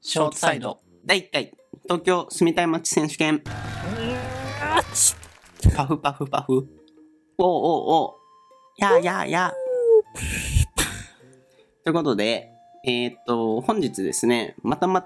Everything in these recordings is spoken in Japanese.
ショートサイド第1回東京住みたい街選手権。パフパフパフ。おうおうおう。やーやーやー。ということで、本日ですね、また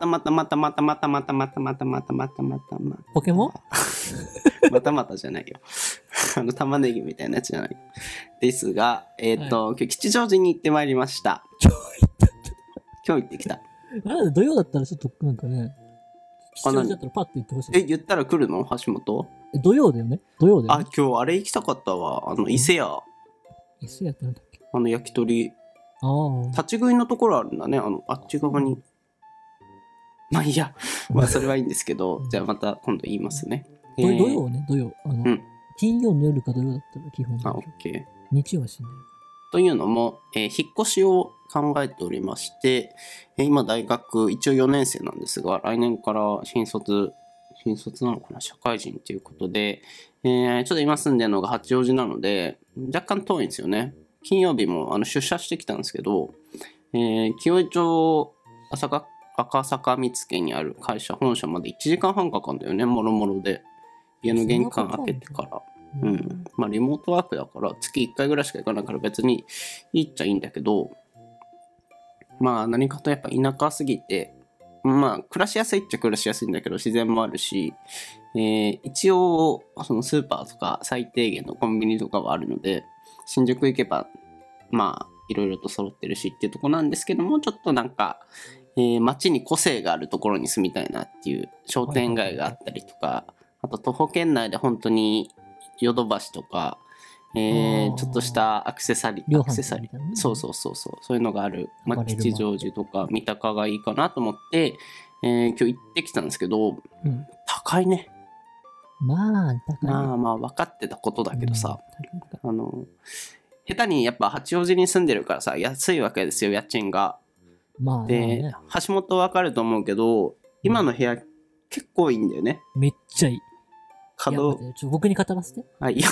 ポケモンまたまたじゃないよ。玉ねぎみたいなやつじゃない。ですが、今日吉祥寺に行ってまいりました。今日行ってきた。 なんで土曜だったらちょっとなんかね、吉祥寺だったらパッと行ってほしい。 言ったら来るの橋本？ 土曜だよね。土曜だよね。 今日あれ行きたかったわ。伊勢屋。 伊勢屋ってなんだっけ？ 焼き鳥。立ち食いのところあるんだね。あっち側に。まあいいや。まあそれはいいんですけど、じゃあまた今度言いますね。 土曜ね、土曜。金曜の夜か土曜だったら基本。 オッケー。 日曜は死んでる。 というのも、引っ越しを考えておりまして、今大学一応4年生なんですが、来年から新卒なのかな、社会人ということで、ちょっと今住んでるのが八王子なので、若干遠いんですよね。金曜日も出社してきたんですけど、清井町赤坂見附にある会社本社まで1時間半かかるんだよね、もろもろで。家の玄関開けてから。まあリモートワークだから月1回ぐらいしか行かないから別にいいっちゃいいんだけど、まあ何かとやっぱ田舎すぎて、まあ暮らしやすいっちゃ暮らしやすいんだけど自然もあるし、一応そのスーパーとか最低限のコンビニとかはあるので、新宿行けばまあいろいろと揃ってるしっていうとこなんですけども、ちょっとなんか、街に個性があるところに住みたいなっていう商店街があったりとか、あと徒歩圏内で本当にヨドバシとか、ちょっとしたアクセサリー、そういうのがある、吉祥寺とか三鷹がいいかなと思って、今日行ってきたんですけど、高いね。 まあ高い。 まあ分かってたことだけどさ、下手にやっぱ八王子に住んでるからさ、安いわけですよ、家賃が。で、橋本分かると思うけど、今の部屋結構いいんだよね。 めっちゃいい。僕に語らせて。 はい、いや。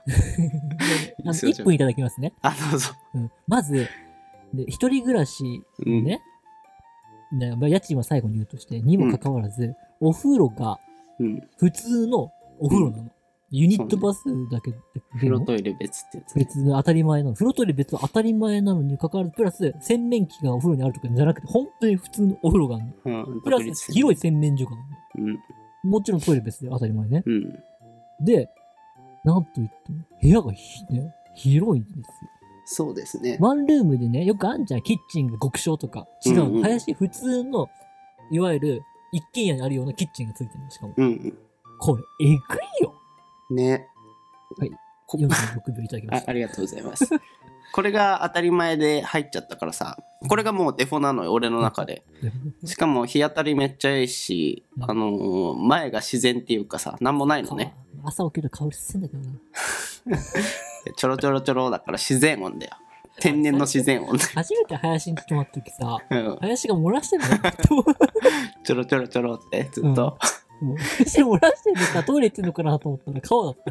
1分いただきますね。 どうぞ。 まず、一人暮らしね、家賃は最後に言うとして、にもかかわらず、お風呂が普通のお風呂なの。ユニットバスだけで。 風呂トイレ別ってやつ。 別の当たり前なの。風呂トイレ別は当たり前なのにかかわらず、プラス洗面器がお風呂にあるとかじゃなくて、本当に普通のお風呂があるの。プラス広い洗面所があるの。もちろんトイレ別で当たり前ね。で、なんと言っても、部屋が広いんですよ。 そうですね。 ワンルームでね、よくあんじゃん、キッチンが極小とか。違うの。林、普通の、いわゆる一軒家にあるようなキッチンがついてるの、しかも。これ、えぐいよ。 ね。 はい。46秒いただきました。 ありがとうございます。これが当たり前で入っちゃったからさ、これがもうデフォなのよ、俺の中で。しかも日当たりめっちゃいいし、前が自然っていうかさ、なんもないのね。 朝起きると香りすんだけどな。 ちょろちょろちょろだから自然音だよ。天然の自然音。 初めて林に泊まった時さ、林が漏らしてんのよ。 ちょろちょろちょろってずっと。 林漏らしてんのか、トイレ行ってんのかなと思ったら川だった。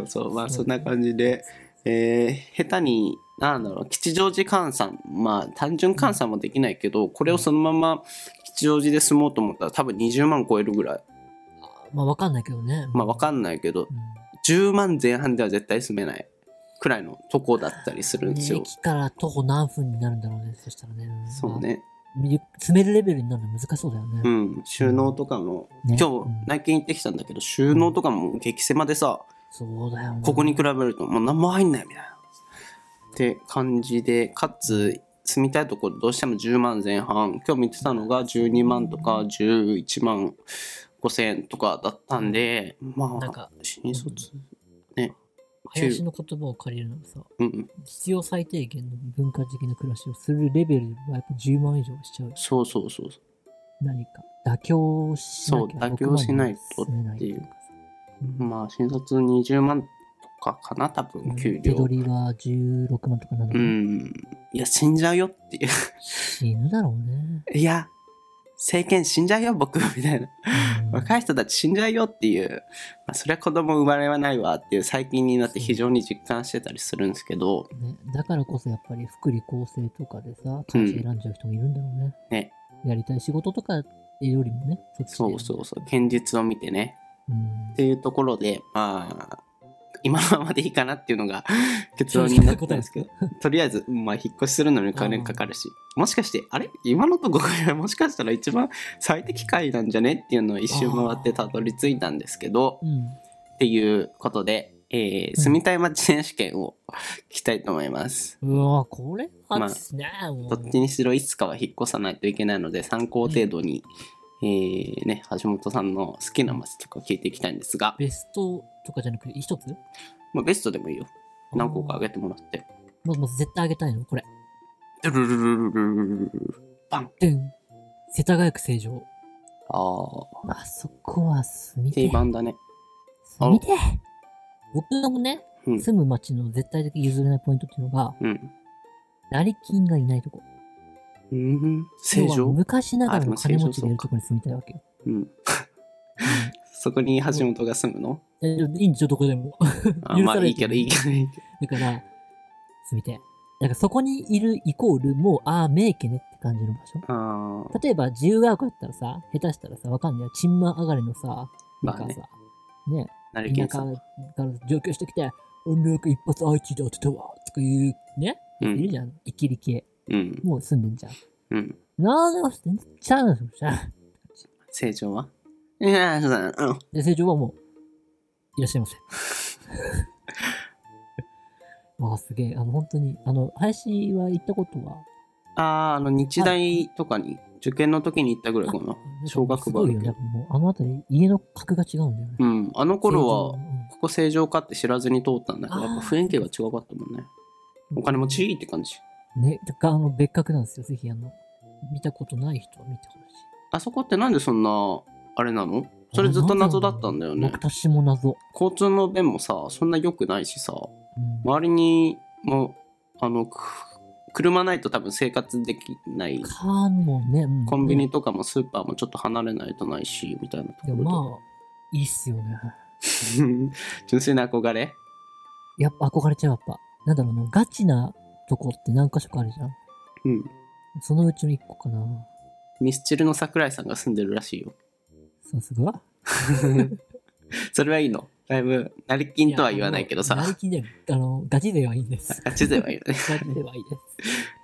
そう、まあそんな感じで、下手に、吉祥寺換算、まあ単純換算もできないけど、これをそのまま吉祥寺で住もうと思ったら多分20万超えるぐらい。 まあわかんないけどね。 まあわかんないけど、10万前半では絶対住めないくらいのとこだったりするんですよ。 駅から徒歩何分になるんだろうね、そしたらね。 そうね。 住めるレベルになるの難しそうだよね。 収納とかも、今日内見行ってきたんだけど、収納とかも激狭でさ、 そうだよね。 ここに比べるともう何も入んないみたいな。って感じで、かつ住みたいところどうしても10万前半、今日見てたのが12万とか11万5,000円とかだったんで、まあ新卒ね。 林の言葉を借りるのはさ、必要最低限の文化的な暮らしをするレベルはやっぱ10万以上しちゃう。 そう。 何か妥協しないとっていう。まあ新卒20万とかかな、多分給料。 手取りは16万とかなの。 いや死んじゃうよっていう。 死ぬだろうね。 いや政権死んじゃうよ僕みたいな、若い人たち死んじゃうよっていう、そりゃ子供生まれはないわっていう最近になって非常に実感してたりするんですけど、 だからこそやっぱり福利厚生とかでさ会社選んじゃう人もいるんだろうね。 やりたい仕事とかっていうよりもね、 そうそうそう、現実を見てね。っていうところで、まあ、今のままでいいかなっていうのが結論になったんですけど、とりあえず、まあ、引っ越しするのに金かかるし、もしかして、あれ今のところもしかしたら一番最適解なんじゃねっていうのを一周回ってたどり着いたんですけど、っていうことで、住みたい街選手権を聞きたいと思います。 うわ、これはですね、 どっちにしろいつかは引っ越さないといけないので、参考程度に、ね、橋本さんの好きな街とか聞いていきたいんですが。 ベストとかじゃなくて一つ？ まあ、ベストでもいいよ。何個かあげてもらって。 もう絶対あげたいのこれ。 ドゥルルルルルルバン。 世田谷区成城。 あそこは住みて定番だね。 住みて僕のね、住む街の絶対的譲れないポイントっていうのが、成金がいないとこ。 成城？ 昔ながらの金持ちがいるところに住みたいわけよ。 そこに橋本が住むの？ いいんでしょ、どこでも。 まあいいけど。 だから、住みて。だからそこにいるイコール、もう、名家ねって感じの場所。例えば、自由が丘だったらさ、下手したらさ、わかんないよ。チンマ上がりのさ、なんかさ、ね、田舎から上京してきて、俺なんか一発愛知で当てたわ、とかいう、ね、いるじゃん。イキリ系。もう住んでんじゃん。なんで全然ちゃうんですよ。 成城はいやで、成城はもう、いらっしゃいませ。すげえ。本当に、林は行ったことは日大とかに、受験の時に行ったぐらいかな。小学部あるけど。 もう辺り、家の格が違うんだよね。 あの頃は、ここ成城かって知らずに通ったんだけど、やっぱ雰囲気が違かったもんね。お金持ちいいって感じ。 ね、別格なんですよ。ぜひ、見たことない人は見てほしい。 あそこってなんでそんな、あれなの？それずっと謎だったんだよね。 私も謎。 交通の便もさ、そんな良くないしさ、周りにも車ないと多分生活できない。コンビニとかもスーパーもちょっと離れないとないし、みたいなところで。 まあ、いいっすよね。 純粋な憧れ？ やっぱ憧れちゃう、やっぱ。なんだろうな、ガチなとこって何か所かあるじゃん。そのうちの一個かな。 ミスチルの桜井さんが住んでるらしいよ。 さすがそれはいいの？だいぶ、成金とは言わないけどさ。 成金で、ガチ勢はいいんです。 ガチ勢はいいよね。 ガチ勢はいいです。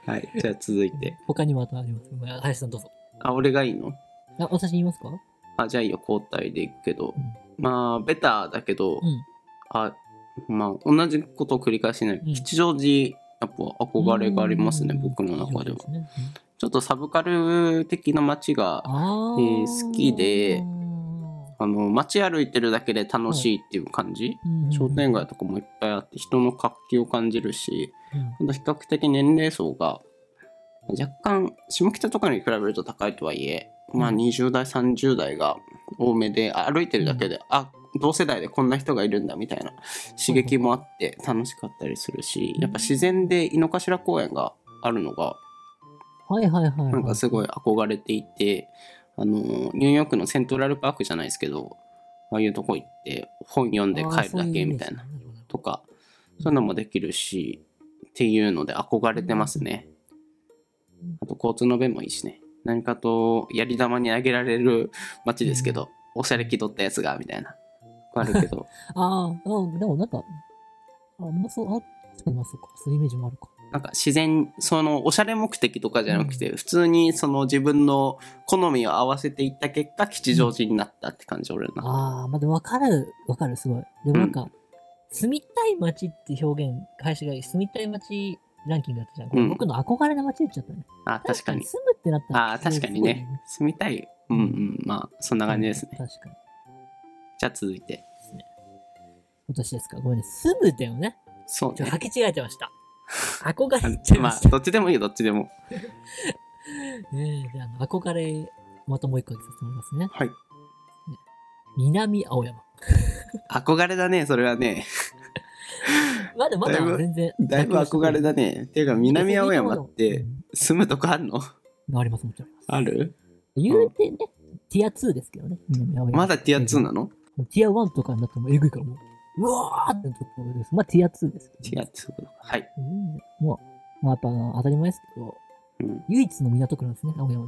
はい、じゃあ続いて。 他にもあとあります。林さんどうぞ。 俺がいいの？ 私言いますか？ じゃあいいよ、交代でいくけど。まあ、ベタだけど、まあ、同じことを繰り返しない。吉祥寺、やっぱ憧れがありますね、僕の中では。ちょっとサブカル的な街が、好きで、街歩いてるだけで楽しいっていう感じ、商店街とかもいっぱいあって人の活気を感じるし、比較的年齢層が若干下北とかに比べると高いとはいえ、まあ20代30代が多めで、歩いてるだけで、同世代でこんな人がいるんだみたいな刺激もあって楽しかったりするし、やっぱ自然で井の頭公園があるのがなんかすごい憧れていて、ニューヨークのセントラルパークじゃないですけど、ああいうとこ行って本読んで帰るだけみたいなとか、そういうのもできるしっていうので憧れてますね。あと交通の便もいいしね。何かとやり玉にあげられる街ですけど、おしゃれ気取ったやつがみたいなあるけどでもなんかそういうイメージもあるか。 なんか自然、そのおしゃれ目的とかじゃなくて、普通にその自分の好みを合わせていった結果吉祥寺になったって感じ、俺の。 まあでも分かるすごい。でもなんか、住みたい街って表現、林が住みたい街ランキングだったじゃん。これ僕の憧れの街言っちゃったね。 確かに。 住むってなったら。 確かにね。住みたい。まあそんな感じですね。 確かに。 じゃあ続いて。 私ですか。ごめんね。住むだよね。 そうね。 履き違えてました。憧れちゃいました。 どっちでもいいよ、どっちでも。 じゃあ、憧れ、またもう一個挙げさせてもらいますね。 はい。 南青山。 憧れだね、それはね。 まだ全然。 だいぶ憧れだね。ていうか、南青山って住むとこあるの？ あります、もちろん。 ある？ 言うてね、ティア2ですけどね、南青山。 まだティア2なの？ ティア1とかになってもえぐいからもう。うわーってところです。まあ、ティア2です。 ティア2。はい。 もう、やっぱ当たり前ですけど、唯一の港区なんですね、青山で。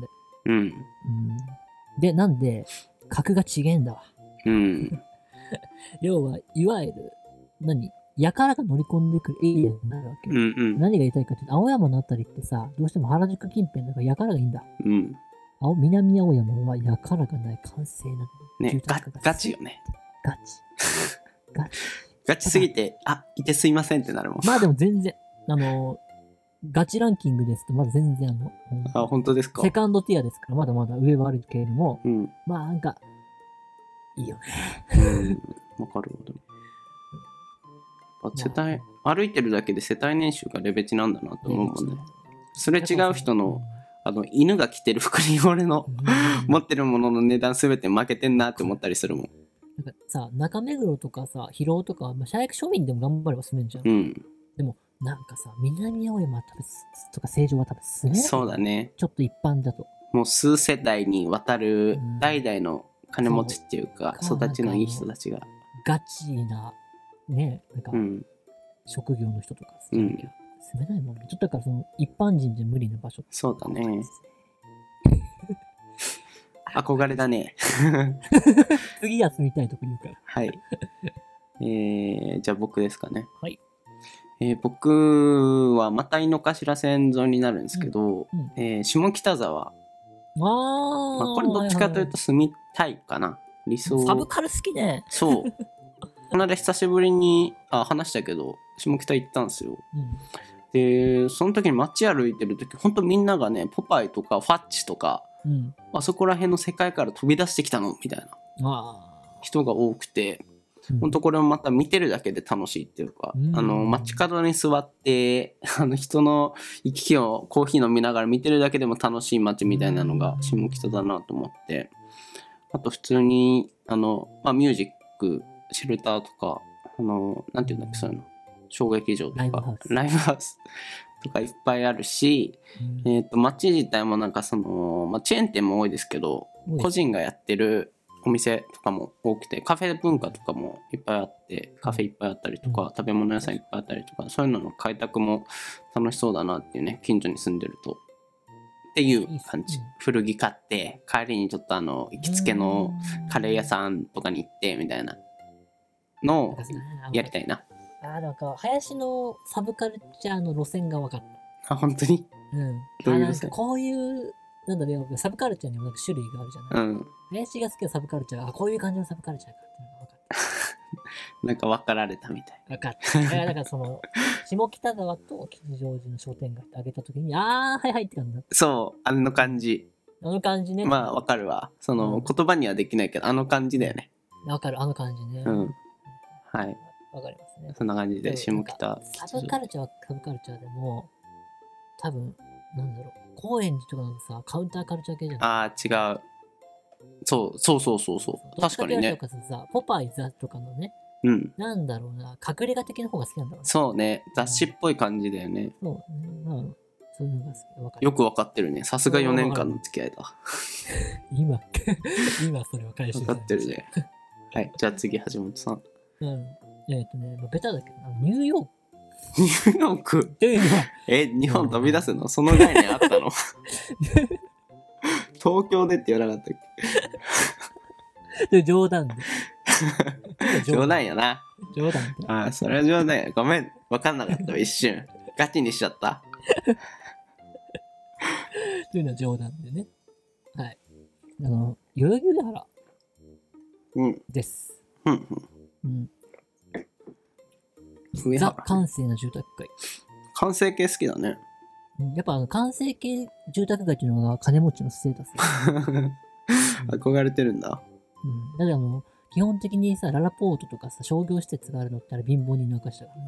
うん。 で、なんで、格が違えんだわ。 うん。 要は、いわゆる、やからが乗り込んでくるエリアになるわけ。何が言いたいかっていうと、青山のあたりってさ、どうしても原宿近辺だからやからがいいんだ。南青山はやからがない完成なの。 ね、ガチよね。 ガチすぎて、いてすいませんってなるもん。 まあでも全然、ガチランキングですと、まだ全然本当ですか。 セカンドティアですから、まだまだ上はあるけれども、まあなんか、いいよね。 わかるわ。世帯、歩いてるだけで世帯年収がレベチなんだなと思うもんね。それ違う人の、犬が着てる服に俺の持ってるものの値段すべて負けてんなって思ったりするもん。 なんかさ、中目黒とかさ、広尾とか、最悪庶民でも頑張れば住めんじゃん。でも、なんかさ、南青山とか成城は多分住めない。 そうだね。 ちょっと一般だと。 もう数世代にわたる代々の金持ちっていうか、育ちのいい人たちが。 ガチな、ね、なんか、職業の人とか住めないもんね。ちょっとだからその一般人じゃ無理な場所。 そうだね。憧れだね。 次休みたいとこ言うから。 はい。じゃあ僕ですかね。 はい。 僕はまた井の頭線沿いになるんですけど、下北沢。これどっちかというと住みたいかな。理想。 サブカル好きね。 そう。この間久しぶりに話したけど下北行ったんですよ。でその時に街歩いてる時ほんとみんながねポパイとかファッチとか、あそこら辺の世界から飛び出してきたのみたいな人が多くて、ほんとこれもまた見てるだけで楽しいっていうか、街角に座って人の行き来をコーヒー飲みながら見てるだけでも楽しい街みたいなのが下北だなと思って、あと普通にミュージックシェルターとかなんていうんだっけそういうの小劇場とかライブハウスとかいっぱいあるし、街自体もなんかチェーン店も多いですけど個人がやってるお店とかも多くてカフェ文化とかもいっぱいあってカフェいっぱいあったりとか食べ物屋さんいっぱいあったりとかそういうのの開拓も楽しそうだなっていうね近所に住んでるとっていう感じ。古着買って帰りにちょっと行きつけのカレー屋さんとかに行ってみたいなのをやりたいな。 なんか林のサブカルチャーの路線が分かった。 本当に？ どういう路線？こういうなんだろうサブカルチャーにもなんか種類があるじゃない。林が好きなサブカルチャーはこういう感じのサブカルチャーかっていうのが分かった。 なんか分かられたみたい。 分かった。だから下北沢と吉祥寺の商店街ってあげたときにはいはいって感じだった。 そうあの感じ。 あの感じね。 まあ分かるわ。言葉にはできないけどあの感じだよね。 分かるあの感じね。 はい。 わかりますね。 そんな感じで下北。 サブカルチャーはサブカルチャーでも多分なんだろう高円寺とかのさカウンターカルチャー系じゃない。 違う。そう確かにね。 ポパイザとかのね。なんだろうな隠れ家的な方が好きなんだろうね。 そうね雑誌っぽい感じだよね。 そうね。そういうのが好き。 よく分かってるね。さすが4年間の付き合いだ。 今それを返して分かってるね。はい、じゃあ次橋本さん。 ベタだけどニューヨーク。 ニューヨーク日本飛び出すの？その概念あったの？東京でって言わなかったっけ？冗談で。 冗談やな。 冗談。 それは冗談や。ごめん、分かんなかった一瞬。ガチにしちゃった。 というのは冗談でね。はい。代々木上原。です。ザ・完成な住宅街。 完成系好きだね。 やっぱ完成系住宅街っていうのが金持ちのステータス。 憧れてるんだ。 だから基本的にさ、ララポートとかさ、商業施設があるのって貧乏人の証だから、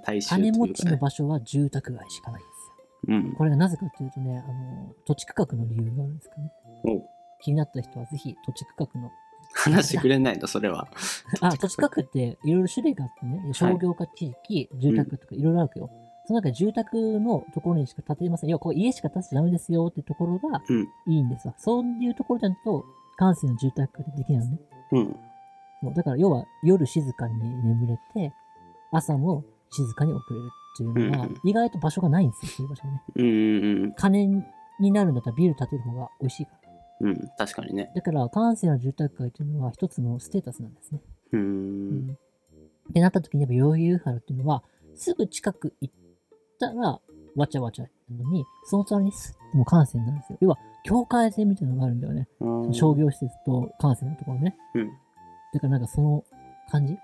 ね。金持ちの場所は住宅街しかないんですよ。これがなぜかっていうとね、土地区画の理由があるんですかね。気になった人はぜひ土地区画の話してくれないのそれは。 土地区画っていろいろ種類があってね、商業化地域、住宅とかいろいろあるけど、その中で住宅のところにしか建てませんよ。こう家しか建てちゃダメですよってところがいいんですわ。そういうところじゃないと、閑静な住宅でできないのね。だから要は夜静かに眠れて、朝も静かに送れるっていうのは、意外と場所がないんですよ、そういう場所ね。金になるんだったらビル建てる方が美味しいから。 うん、確かにね。 だから閑静な住宅街というのは一つのステータスなんですね。ってなった時にやっぱ代々木上原っていうのは、すぐ近く行ったらわちゃわちゃなのに、その隣にスッても閑静になるんですよ。要は境界線みたいなのがあるんだよね。商業施設と閑静なところね。だからなんかその感じ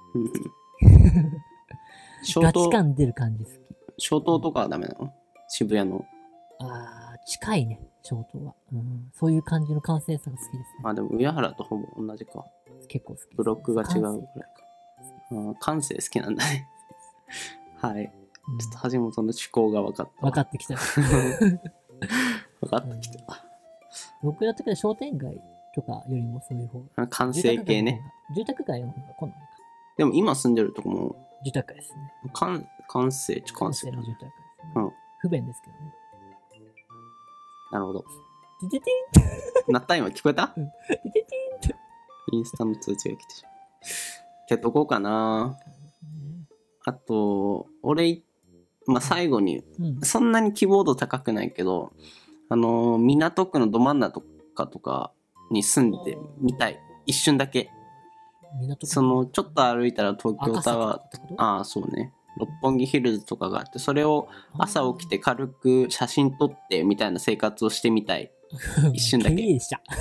ガチ感出る感じ好き。 小東とかはダメなの？渋谷の。 近いね、小東は。そういう感じの完成さが好きですね。 でも上原とほぼ同じか。 結構好き。 ブロックが違うぐらいか。感性好きなんだね。はい。ちょっと橋本の思考が分かった。 分かってきた。 分かってきた。 僕やったけど商店街とかよりもそういう方が。 完成系ね。 住宅街の方が好みか。 でも今住んでるとこも住宅街ですね。 完成完成の住宅街ですね。不便ですけどね。 なるほど。 ティティンなった今聞こえた？ ティティティンってインスタの通知が来てしまう。ってとこかな。あと、俺、最後に、そんなに希望度高くないけど、港区のど真ん中とかに住んでみたい。一瞬だけ。ちょっと歩いたら東京タワー、そうね。六本木ヒルズとかがあって、それを朝起きて軽く写真撮ってみたいな生活をしてみたい。一瞬だけ。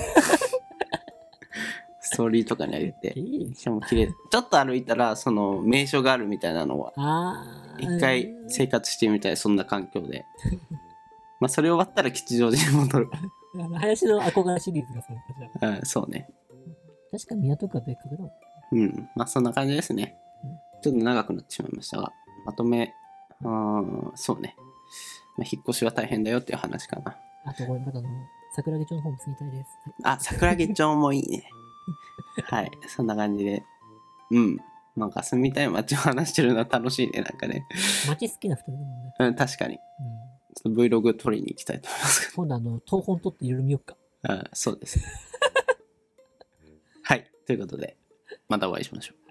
ストーリーとかにあげて、しかも綺麗。ちょっと歩いたら、その名所があるみたいなのは、一回生活してみたい、そんな環境で。それ終わったら吉祥寺に戻る。 林の憧れシリーズがそれかじゃそうね。 確か港区は別格だもん。そんな感じですね。ちょっと長くなってしまいましたが、まとめ、そうね。引っ越しは大変だよっていう話かな。 あと、これまだ桜木町の方も住みたいです。 桜木町もいいね。はい、そんな感じで。なんか住みたい街を話してるのは楽しいね、なんかね。 街好きな人だもんね。確かに。ちょっと Vlog 撮りに行きたいと思いますけど。今度東本撮っていろいろ見よっか。 そうです。はい、ということで、またお会いしましょう。